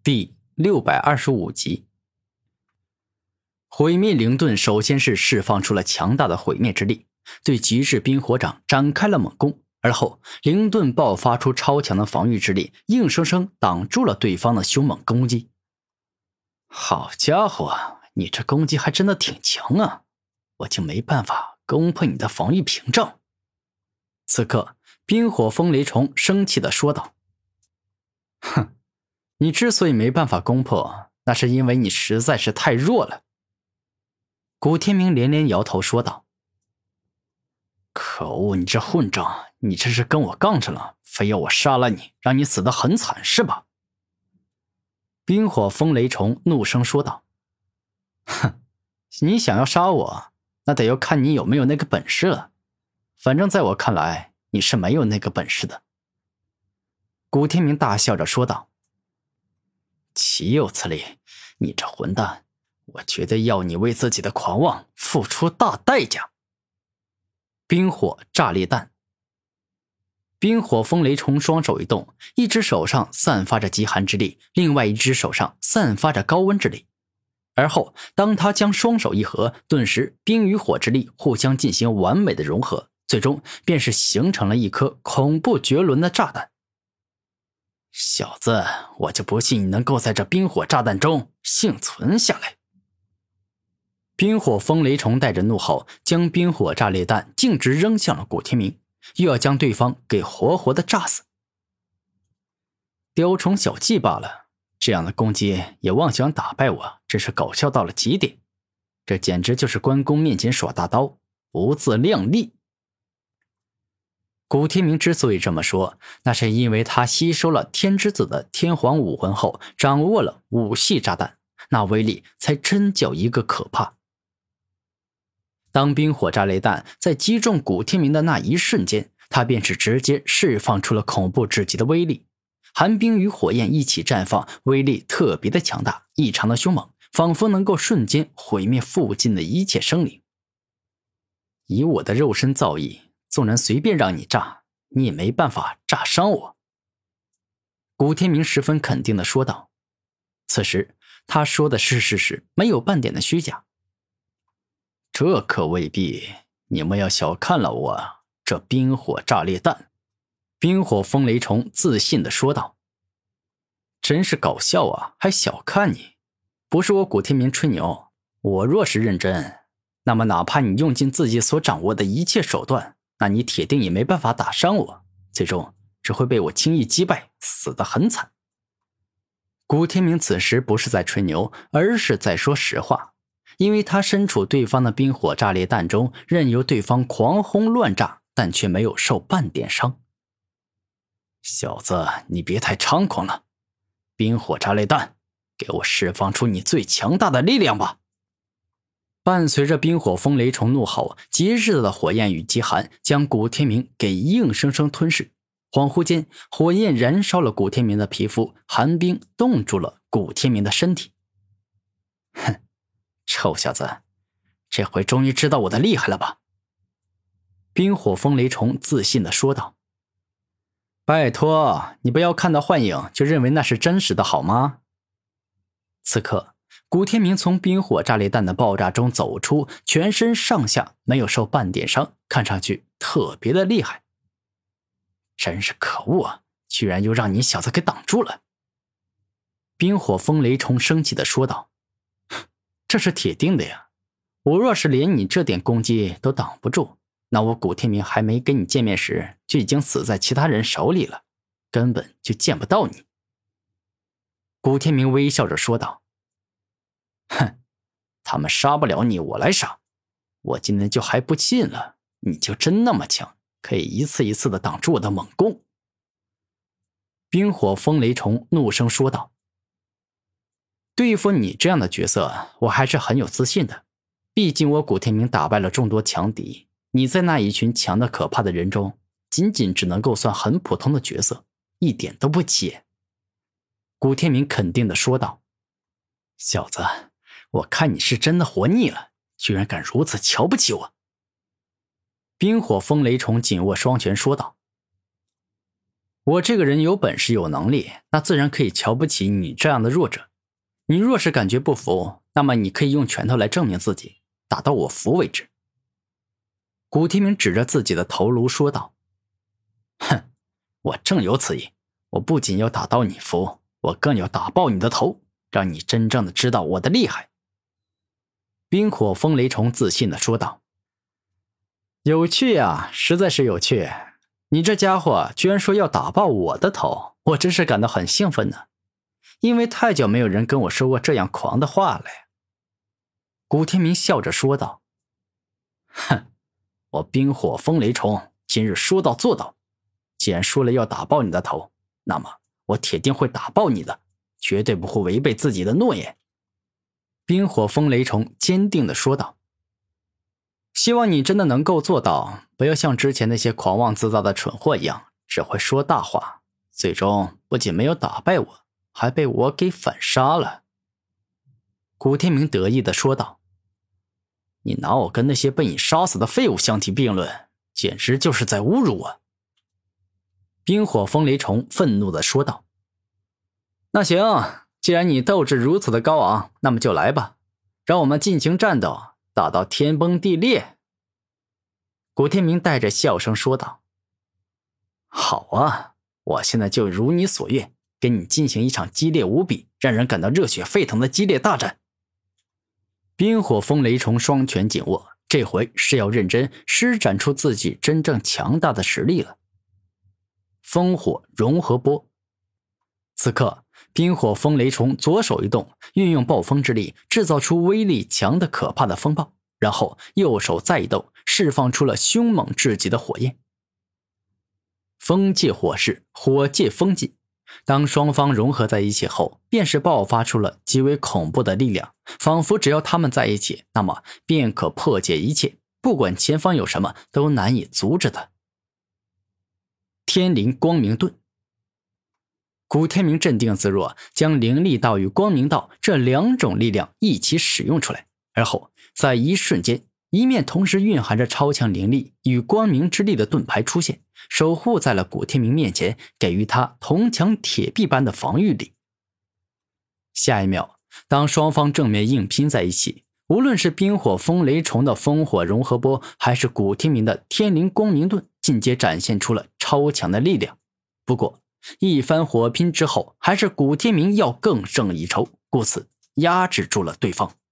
第625集。毁灭灵盾首先是释放出了强大的毁灭之力，对极致冰火掌展开了猛攻，而后灵盾爆发出超强的防御之力，硬生生挡住了对方的凶猛攻击。好家伙，你这攻击还真的挺强啊，我竟没办法攻破你的防御屏障。此刻冰火风雷虫生气地说道：哼，你之所以没办法攻破，那是因为你实在是太弱了。古天明连连摇头说道：可恶，你这混账，你这是跟我杠上了，非要我杀了你，让你死得很惨是吧？冰火风雷虫怒声说道：哼，你想要杀我，那得要看你有没有那个本事了，反正在我看来，你是没有那个本事的。古天明大笑着说道：岂有此理，你这混蛋，我绝对要你为自己的狂妄付出大代价。冰火炸裂弹。冰火风雷虫双手一动，一只手上散发着极寒之力，另外一只手上散发着高温之力。而后当他将双手一合，顿时冰与火之力互相进行完美的融合，最终便是形成了一颗恐怖绝伦的炸弹。小子，我就不信你能够在这冰火炸弹中幸存下来。冰火风雷虫带着怒吼，将冰火炸裂弹径直扔向了古天明，又要将对方给活活的炸死。雕虫小技罢了，这样的攻击也妄想打败我，真是搞笑到了极点。这简直就是关公面前耍大刀，不自量力。古天明之所以这么说，那是因为他吸收了天之子的天皇武魂后，掌握了武系炸弹，那威力才真叫一个可怕。当冰火炸雷弹在击中古天明的那一瞬间，他便是直接释放出了恐怖至极的威力，寒冰与火焰一起绽放，威力特别的强大，异常的凶猛，仿佛能够瞬间毁灭附近的一切生灵。以我的肉身造诣，纵然随便让你炸，你也没办法炸伤我。古天明十分肯定地说道。此时他说的是事实，没有半点的虚假。这可未必，你们要小看了我这冰火炸裂弹。冰火风雷虫自信地说道。真是搞笑啊，还小看你。不是我古天明吹牛，我若是认真，那么哪怕你用尽自己所掌握的一切手段，那你铁定也没办法打伤我，最终只会被我轻易击败，死得很惨。古天明此时不是在吹牛，而是在说实话，因为他身处对方的冰火炸裂弹中，任由对方狂轰乱炸，但却没有受半点伤。小子，你别太猖狂了，冰火炸裂弹，给我释放出你最强大的力量吧。伴随着冰火风雷虫怒吼，极致的火焰与极寒将古天明给硬生生吞噬。恍惚间，火焰燃烧了古天明的皮肤，寒冰冻住了古天明的身体。哼，臭小子，这回终于知道我的厉害了吧？冰火风雷虫自信地说道。拜托，你不要看到幻影就认为那是真实的好吗？此刻古天明从冰火炸裂弹的爆炸中走出，全身上下没有受半点伤，看上去特别的厉害。真是可恶啊，居然又让你小子给挡住了。冰火风雷虫生气地说道。这是铁定的呀，我若是连你这点攻击都挡不住，那我古天明还没跟你见面时就已经死在其他人手里了，根本就见不到你。古天明微笑着说道。哼，他们杀不了你，我来杀。我今天就还不信了，你就真那么强，可以一次一次的挡住我的猛攻。冰火风雷虫怒声说道。对付你这样的角色，我还是很有自信的。毕竟我古天明打败了众多强敌，你在那一群强的可怕的人中，仅仅只能够算很普通的角色，一点都不起眼。古天明肯定地说道。小子，我看你是真的活腻了，居然敢如此瞧不起我。冰火风雷虫紧握双拳说道。 我这个人有本事有能力，那自然可以瞧不起你这样的弱者。你若是感觉不服，那么你可以用拳头来证明自己，打到我服为止。古天明指着自己的头颅说道。哼，我正有此意，我不仅要打到你服，我更要打爆你的头，让你真正的知道我的厉害。冰火风雷虫自信地说道。有趣呀，实在是有趣。你这家伙居然说要打爆我的头，我真是感到很兴奋呢，因为太久没有人跟我说过这样狂的话了。古天明笑着说道。哼，我冰火风雷虫今日说到做到，既然说了要打爆你的头，那么我铁定会打爆你的，绝对不会违背自己的诺言。冰火风雷虫坚定地说道。希望你真的能够做到，不要像之前那些狂妄自大的蠢货一样，只会说大话，最终不仅没有打败我，还被我给反杀了。古天明得意地说道。你拿我跟那些被你杀死的废物相提并论，简直就是在侮辱我。冰火风雷虫愤怒地说道。那行，既然你斗志如此的高昂，那么就来吧，让我们进行战斗，打到天崩地裂。古天明带着笑声说道。好啊，我现在就如你所愿，跟你进行一场激烈无比，让人感到热血沸腾的激烈大战。冰火风雷虫双拳紧握，这回是要认真施展出自己真正强大的实力了。风火融合波。此刻冰火风雷虫左手一动，运用暴风之力制造出威力强的可怕的风暴，然后右手再一动，释放出了凶猛至极的火焰。风借火势，火借风技，当双方融合在一起后，便是爆发出了极为恐怖的力量，仿佛只要他们在一起，那么便可破解一切，不管前方有什么都难以阻止的。天灵光明盾。古天明镇定自若，将灵力道与光明道这两种力量一起使用出来，而后在一瞬间，一面同时蕴含着超强灵力与光明之力的盾牌出现，守护在了古天明面前，给予他铜墙铁壁般的防御力。下一秒，当双方正面硬拼在一起，无论是冰火风雷虫的风火融合波，还是古天明的天灵光明盾，尽皆展现出了超强的力量。不过一番火拼之后，还是古天明要更胜一筹，故此压制住了对方。